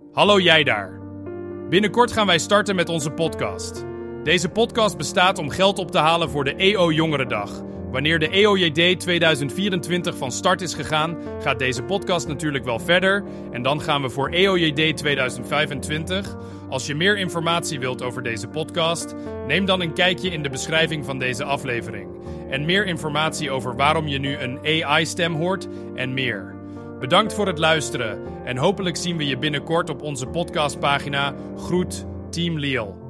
Hallo jij daar. Binnenkort gaan wij starten met onze podcast. Deze podcast bestaat om geld op te halen voor de EO Jongerendag. Wanneer de EOJD 2024 van start is gegaan, gaat deze podcast natuurlijk wel verder. En dan gaan we voor EOJD 2025. Als je meer informatie wilt over deze podcast, neem dan een kijkje in de beschrijving van deze aflevering. En meer informatie over waarom je nu een AI-stem hoort en meer. Bedankt voor het luisteren en hopelijk zien we je binnenkort op onze podcastpagina. Groet, Team Liel.